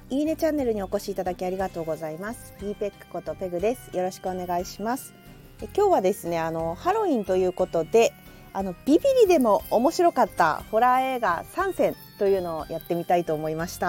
いいねチャンネルにお越しいただきありがとうございます。ピーペックことペグです。よろしくお願いします。今日はですね、ハロウィンということで、ビビリでも面白かったホラー映画3選というのをやってみたいと思いました。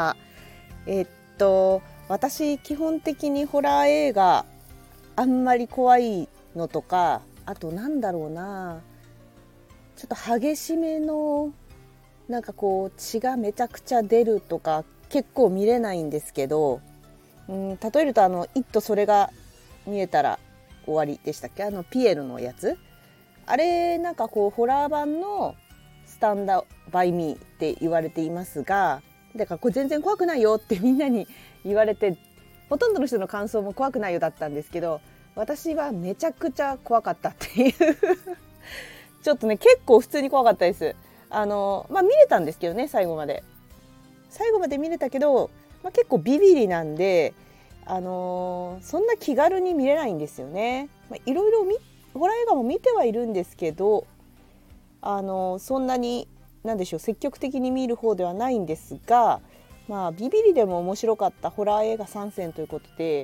私基本的にホラー映画あんまり怖いのとか、あとなんだろうな、ちょっと激しめのなんかこう血がめちゃくちゃ出るとか結構見れないんですけど、例えるとイットそれが見えたら終わりでしたっけ、ピエロのやつ、あれなんかこうホラー版のスタンダバイミーって言われていますが、だからこれ全然怖くないよってみんなに言われて、ほとんどの人の感想も怖くないよだったんですけど、私はめちゃくちゃ怖かったっていうちょっとね結構普通に怖かったです。見れたんですけどね、最後まで見れたけど、結構ビビリなんで、そんな気軽に見れないんですよね。いろいろホラー映画も見てはいるんですけど、そんなに何でしょう、積極的に見る方ではないんですが、ビビリでも面白かったホラー映画3選ということで、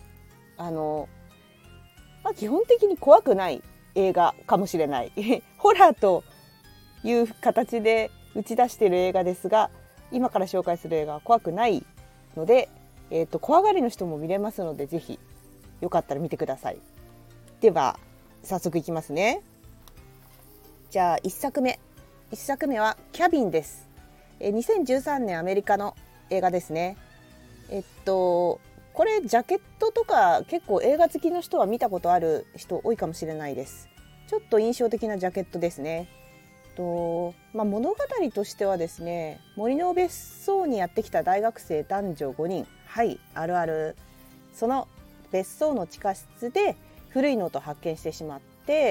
基本的に怖くない映画かもしれないホラーという形で打ち出している映画ですが、今から紹介する映画は怖くないので、怖がりの人も見れますので、ぜひよかったら見てください。では早速いきますね。じゃあ1作目はキャビンです。2013年アメリカの映画ですね。これジャケットとか結構映画好きの人は見たことある人多いかもしれないです。ちょっと印象的なジャケットですね。物語としてはですね、森の別荘にやってきた大学生男女5人、はいあるある、その別荘の地下室で古いノートを発見してしまって、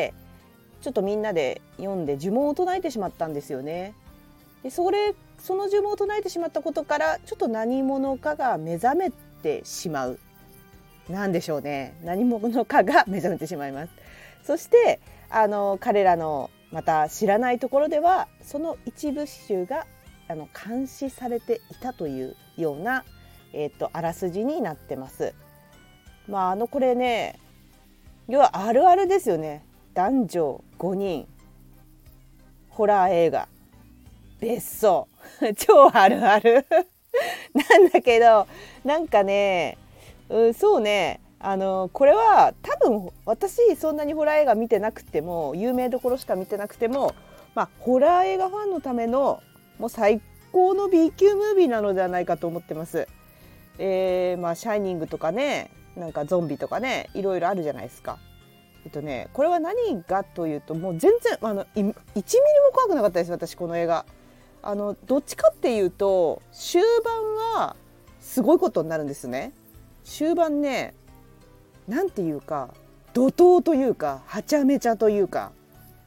ちょっとみんなで読んで呪文を唱えてしまったんですよね。でその呪文を唱えてしまったことから、ちょっと何者かが目覚めてしまう、なんでしょうね、何者かが目覚めてしまいます。そして彼らのまた知らないところでは、その一部集が監視されていたというような、あらすじになってます。これね、要はあるあるですよね。男女5人ホラー映画別荘超あるあるなんだけど、なんかね、そうね、これは多分私そんなにホラー映画見てなくても、有名どころしか見てなくても、ホラー映画ファンのためのもう最高の B 級ムービーなのではないかと思ってます。シャイニングとかね、なんかゾンビとかね、いろいろあるじゃないですか。これは何がというと、もう全然1ミリも怖くなかったです、私この映画。どっちかっていうと終盤はすごいことになるんですね。終盤ね、なんていうか怒涛というかはちゃめちゃというか、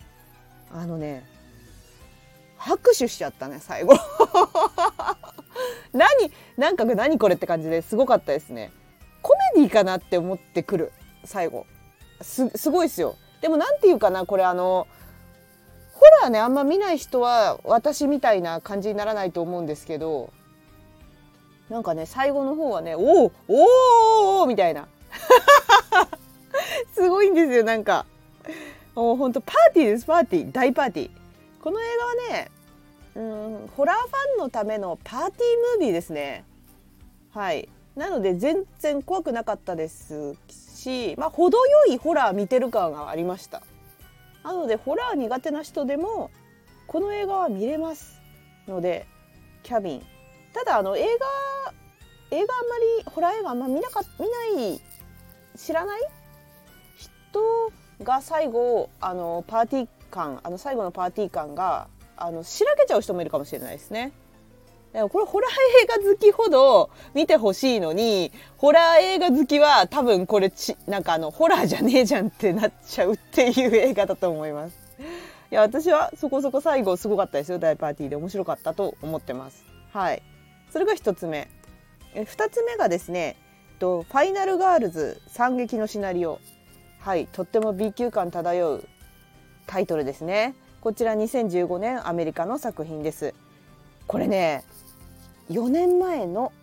拍手しちゃったね最後何これって感じですごかったですね。コメディかなって思ってくる最後、すごいですよ。でもなんていうかな、これホラーねあんま見ない人は私みたいな感じにならないと思うんですけど、なんかね最後の方はね、おーみたいなすごいんですよ。なんかもうほんとパーティーです。大パーティー。この映画はね、ホラーファンのためのパーティームービーですね。はい、なので全然怖くなかったですし、程よいホラー見てる感がありました。なのでホラー苦手な人でもこの映画は見れますので、キャビン。ただ映画あんまりホラー映画あんま見ない知らない人が最後パーティー感、最後のパーティー感がしらけちゃう人もいるかもしれないですね。でもこれホラー映画好きほど見てほしいのに、ホラー映画好きは多分これなんかホラーじゃねえじゃんってなっちゃうっていう映画だと思います。いや私はそこそこ最後すごかったですよ。大パーティーで面白かったと思ってます。はい、それが一つ目。二つ目がですね、ファイナルガールズ惨劇のシナリオ。はい、とっても B 級感漂うタイトルですね。こちら2015年アメリカの作品です。これね4年前の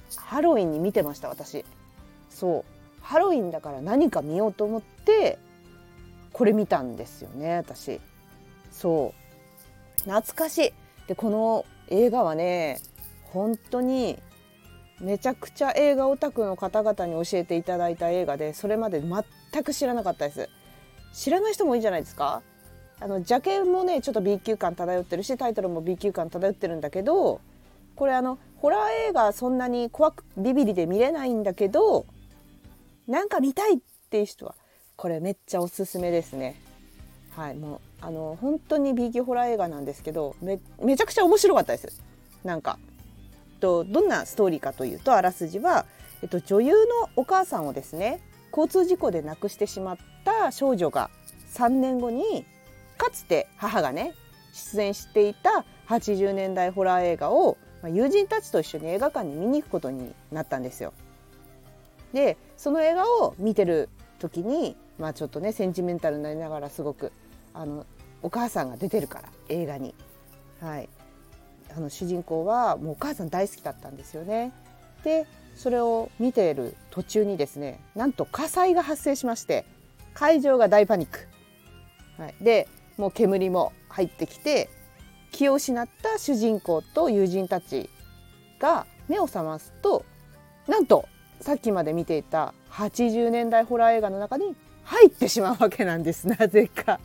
ハロウィンに見てました私。そうハロウィンだから何か見ようと思ってこれ見たんですよね私。そう懐かしい。でこの映画はね本当にめちゃくちゃ映画オタクの方々に教えていただいた映画で、それまで全く知らなかったです。知らない人も多いんじゃないですか。ジャケもねちょっと B 級感漂ってるし、タイトルも B 級感漂ってるんだけど、これホラー映画そんなに怖くビビリで見れないんだけど、なんか見たいっていう人はこれめっちゃおすすめですね。はい、もう本当に B 級ホラー映画なんですけど、めちゃくちゃ面白かったです。なんかどんなストーリーかというと、あらすじは、女優のお母さんをですね交通事故で亡くしてしまった少女が3年後に、かつて母がね出演していた80年代ホラー映画を友人たちと一緒に映画館に見に行くことになったんですよ。でその映画を見てる時に、ちょっとねセンチメンタルになりながら、すごくお母さんが出てるから映画に、はい、主人公はもうお母さん大好きだったんですよね。でそれを見ている途中にですね、なんと火災が発生しまして、会場が大パニック、はい、でもう煙も入ってきて、気を失った主人公と友人たちが目を覚ますと、なんとさっきまで見ていた80年代ホラー映画の中に入ってしまうわけなんです、なぜか。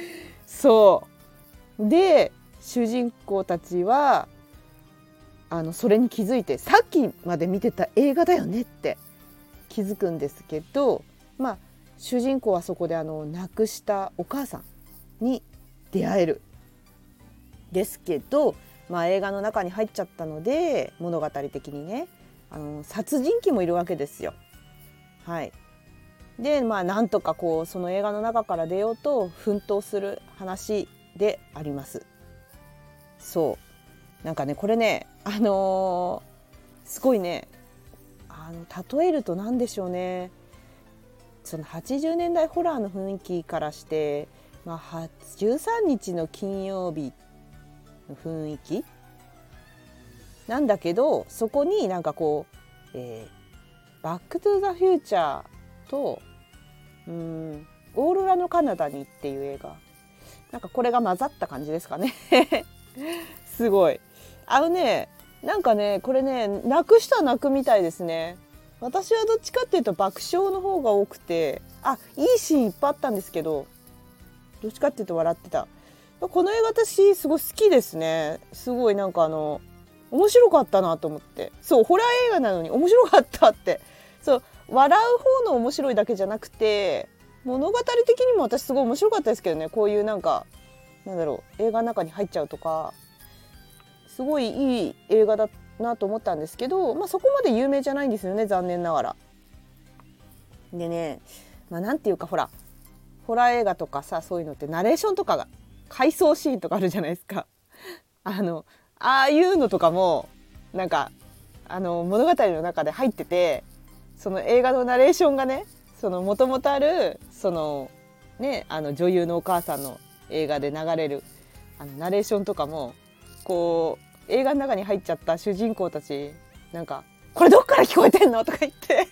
そうで主人公たちはそれに気づいて、さっきまで見てた映画だよねって気づくんですけど、主人公はそこで亡くしたお母さんに出会えるですけど、映画の中に入っちゃったので物語的にね殺人鬼もいるわけですよ。はい、でなんとかその映画の中から出ようと奮闘する話であります。そうなんかねこれねすごいね例えると何でしょうね、その80年代ホラーの雰囲気からして、13日の金曜日の雰囲気なんだけど、そこになんかバックトゥザフューチャーとオーロラの彼方にっていう映画、なんかこれが混ざった感じですかねすごいなんかねこれね泣く人は泣くみたいですね。私はどっちかっていうと爆笑の方が多くて、いいシーンいっぱいあったんですけど、どっちかっていうと笑ってた。この映画私すごい好きですね。すごいなんか面白かったなと思って、そうホラー映画なのに面白かったって、そう笑う方の面白いだけじゃなくて物語的にも私すごい面白かったですけどね。こういうなんだろう、映画の中に入っちゃうとか、すごいいい映画だなと思ったんですけど、そこまで有名じゃないんですよね、残念ながら。でね、なんていうかほらホラー映画とかさ、そういうのってナレーションとかが回想シーンとかあるじゃないですかああいうのとかもなんか物語の中で入ってて、その映画のナレーションがね、その元々あるそのね女優のお母さんの映画で流れるナレーションとかも映画の中に入っちゃった主人公たちなんかこれどっから聞こえてんのとか言って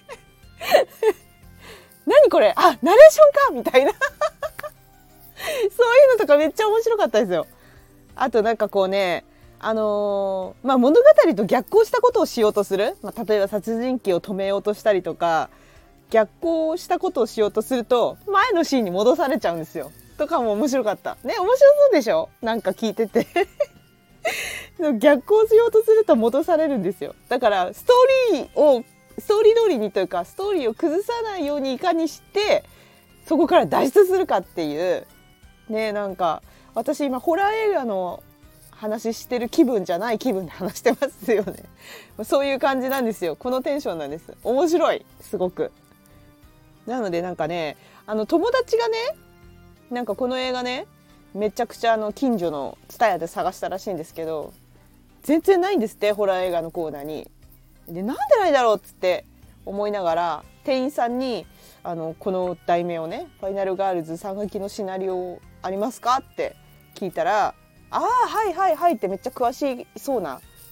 何これナレーションかみたいなそういうのとかめっちゃ面白かったですよ。あとなんか物語と逆行したことをしようとする、例えば殺人鬼を止めようとしたりとか逆行したことをしようとすると前のシーンに戻されちゃうんですよとかも面白かったね。面白そうでしょ、なんか聞いてて逆行しようとすると戻されるんですよ。だからストーリー通りにというか、ストーリーを崩さないようにいかにしてそこから脱出するかっていうね。なんか私今ホラー映画の話してる気分じゃない気分で話してますよねそういう感じなんですよ。このテンションなんです。面白い、すごく。なのでなんかね友達がねなんかこの映画ねめちゃくちゃ近所のTSUTAYAで探したらしいんですけど、全然ないんですって、ホラー映画のコーナーに。でなんでないだろうっつって思いながら店員さんにこの題名をねファイナルガールズ3書きのシナリオありますかって聞いたら、はいはいはいってめっちゃ詳しそうな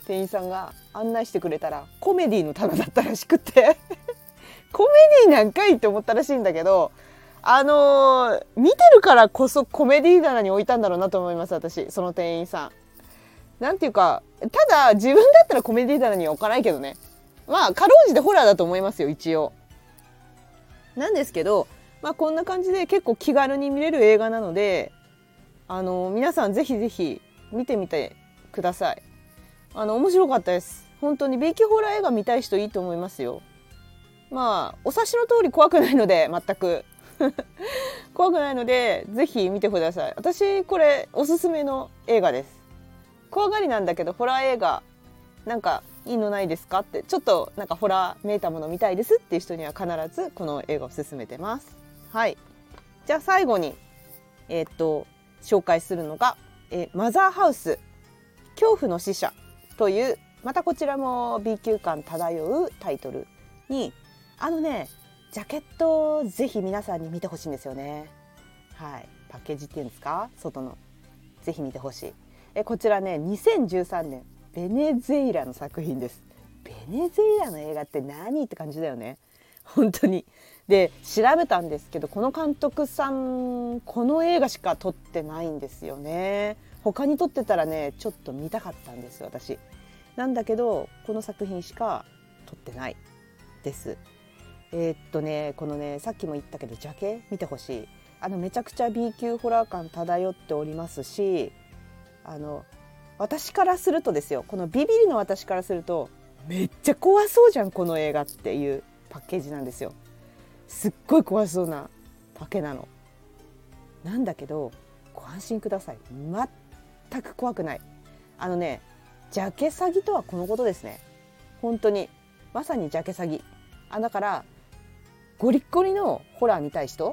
店員さんが案内してくれたらコメディの棚だったらしくてコメディなんかいって思ったらしいんだけど、見てるからこそコメディ棚に置いたんだろうなと思います。私その店員さんなんていうか、ただ自分だったらコメディ棚には置かないけどね、まあかろうじてホラーだと思いますよ一応なんですけど、まあこんな感じで結構気軽に見れる映画なので、皆さんぜひぜひ見てみてください。面白かったです。本当に B 級ホラー映画見たい人いいと思いますよ。まあお察しの通り怖くないので、全く怖くないのでぜひ見てください。私これおすすめの映画です。怖がりなんだけどホラー映画なんかいいのないですかって、ちょっとなんかホラーめいたもの見たいですっていう人には必ずこの映画を勧めてます。はい、じゃあ最後に紹介するのが、マザーハウス恐怖の使者という、またこちらも B 級感漂うタイトルに、ジャケットをぜひ皆さんに見てほしいんですよね。はい、パッケージっていうんですか、外のぜひ見てほしい。こちらね2013年ベネズエラの作品です。ベネズエラの映画って何って感じだよね本当に。で調べたんですけど、この監督さんこの映画しか撮ってないんですよね。他に撮ってたらねちょっと見たかったんです私。なんだけどこの作品しか撮ってないです。このねさっきも言ったけどジャケ見てほしい。めちゃくちゃ B 級ホラー感漂っておりますし、私からするとですよ、このビビリの私からするとめっちゃ怖そうじゃんこの映画っていうパッケージなんですよ。すっごい怖そうなパケなのなんだけど、ご安心ください、全く怖くない。ジャケ詐欺とはこのことですね。本当にまさにジャケ詐欺。だからゴリゴリのホラー見たい人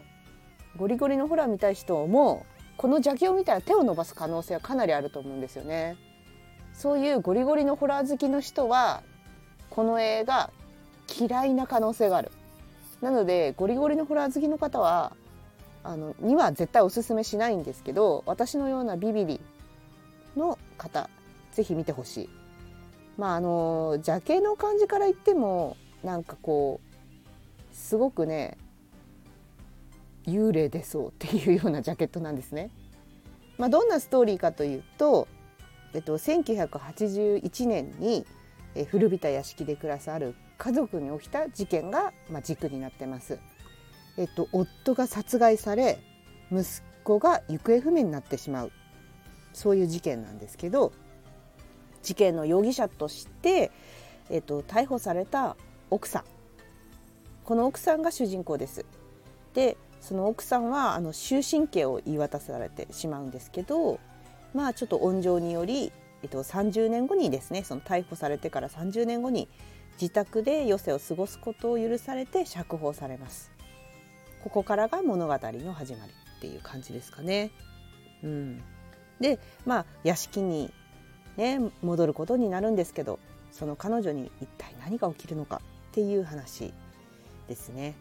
もこのジャケを見たら手を伸ばす可能性はかなりあると思うんですよね。そういうゴリゴリのホラー好きの人はこの映画嫌いな可能性がある。なのでゴリゴリのホラー好きの方はには絶対おすすめしないんですけど、私のようなビビリの方ぜひ見てほしい。ジャケの感じから言ってもなんかこうすごくね幽霊出そうっていうようなジャケットなんですね。どんなストーリーかというと、1981年に古びた屋敷で暮らすある家族に起きた事件が軸になってます。夫が殺害され息子が行方不明になってしまう、そういう事件なんですけど、事件の容疑者として、逮捕された奥さん、この奥さんが主人公です。でその奥さんは終身刑を言い渡されてしまうんですけど、ちょっと温情により、30年後にですね、その逮捕されてから30年後に自宅で余生を過ごすことを許されて釈放されます。ここからが物語の始まりっていう感じですかね。で屋敷に、戻ることになるんですけど、その彼女に一体何が起きるのかっていう話ですね。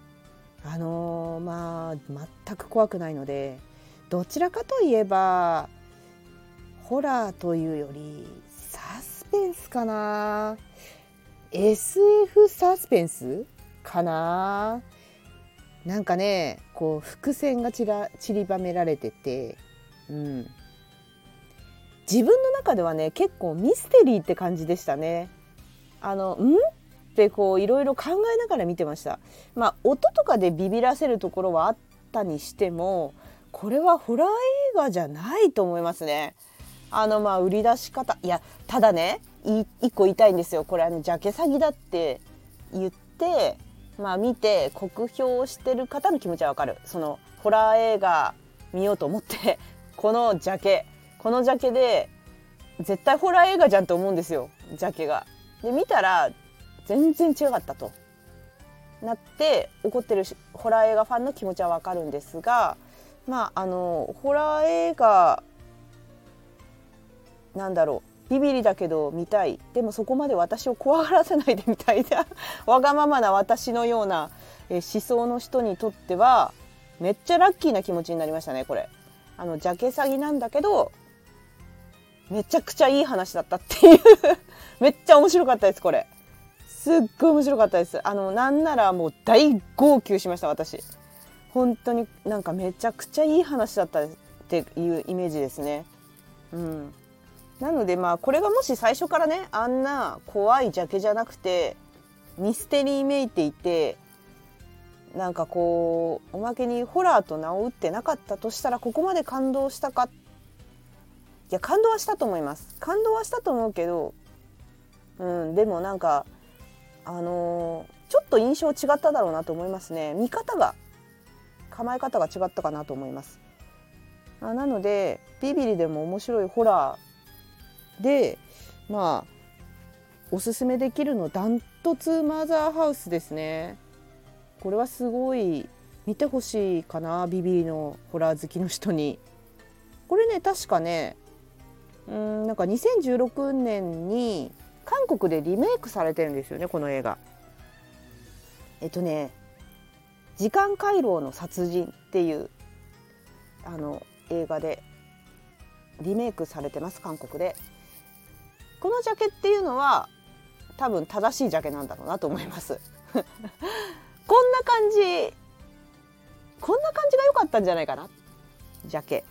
全く怖くないので、どちらかといえばホラーというよりサスペンスかな、 SF サスペンスかな。なんかねこう伏線が散りばめられてて、自分の中ではね結構ミステリーって感じでしたね。ってこういろいろ考えながら見てました。音とかでビビらせるところはあったにしても、これはホラー映画じゃないと思いますね。売り出し方、いやただね一個言いたいんですよ。これジャケ詐欺だって言って見て酷評してる方の気持ちはわかる。そのホラー映画見ようと思ってこのジャケで絶対ホラー映画じゃんと思うんですよ、ジャケが。で見たら全然違かったとなって怒ってるホラー映画ファンの気持ちはわかるんですが、ホラー映画ビビリだけど見たい、でもそこまで私を怖がらせないでみたいなわがままな私のような思想の人にとってはめっちゃラッキーな気持ちになりましたね。これジャケ詐欺なんだけどめちゃくちゃいい話だったっていうめっちゃ面白かったです。これすっごい面白かったです。なんならもう大号泣しました。私本当になんかめちゃくちゃいい話だったっていうイメージですね。なのでこれがもし最初からねあんな怖いジャケじゃなくてミステリーめいていて、なんかこうおまけにホラーと名を打ってなかったとしたら、ここまで感動したか。いや感動はしたと思います。感動はしたと思うけど、でもなんかちょっと印象違っただろうなと思いますね。見方が構え方が違ったかなと思います。なのでビビリでも面白いホラーでおすすめできるのダントツマザーハウスですね。これはすごい見てほしいかな、ビビリのホラー好きの人に。これね確かねなんか2016年に韓国でリメイクされてるんですよね、この映画。時間回廊の殺人っていう映画でリメイクされてます、韓国で。このジャケっていうのは多分正しいジャケなんだろうなと思いますこんな感じが良かったんじゃないかな、ジャケ。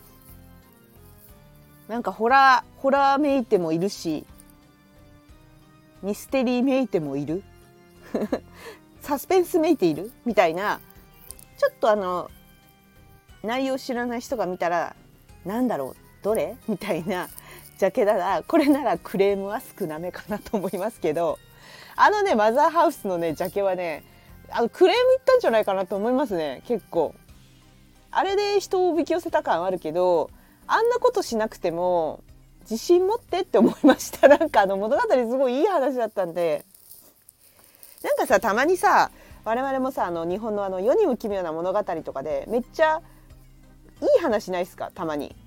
なんかホラーめいてもいるし、ミステリーめいてもいるサスペンスめいているみたいな、ちょっと内容知らない人が見たらなんだろうどれみたいなジャケなら、これならクレームは少なめかなと思いますけど、マザーハウスのねジャケはねクレームいったんじゃないかなと思いますね。結構あれで人をおびき寄せた感あるけど、あんなことしなくても自信持ってって思いました。なんか物語すごいいい話だったんで、なんかさたまにさ我々もさ日本の世にも奇妙な物語とかでめっちゃいい話ないですか。たまに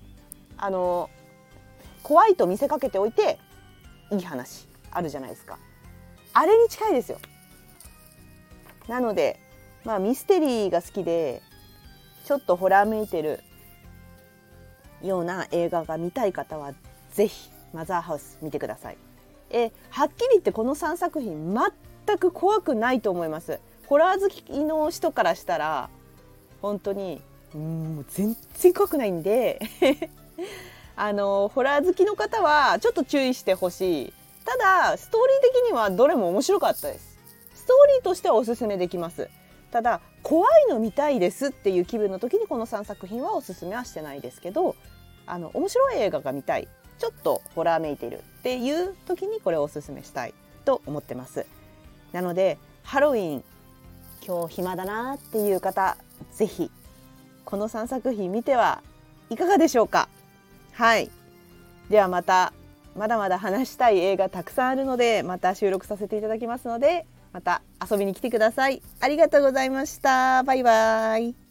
怖いと見せかけておいていい話あるじゃないですか。あれに近いですよ。なのでミステリーが好きでちょっとホラーめいてるような映画が見たい方はぜひマザーハウス見てください。はっきり言ってこの3作品全く怖くないと思います。ホラー好きの人からしたら本当にもう全然怖くないんでホラー好きの方はちょっと注意してほしい。ただストーリー的にはどれも面白かったです。ストーリーとしてはおすすめできます。ただ怖いの見たいですっていう気分の時にこの3作品はおすすめはしてないですけど、面白い映画が見たい、ちょっとホラーめいてるっていう時にこれをおすすめしたいと思ってます。なのでハロウィン今日暇だなっていう方、ぜひこの3作品見てはいかがでしょうか。はい、ではまだまだ話したい映画たくさんあるので、また収録させていただきますので、また遊びに来てください。ありがとうございました。バイバイ。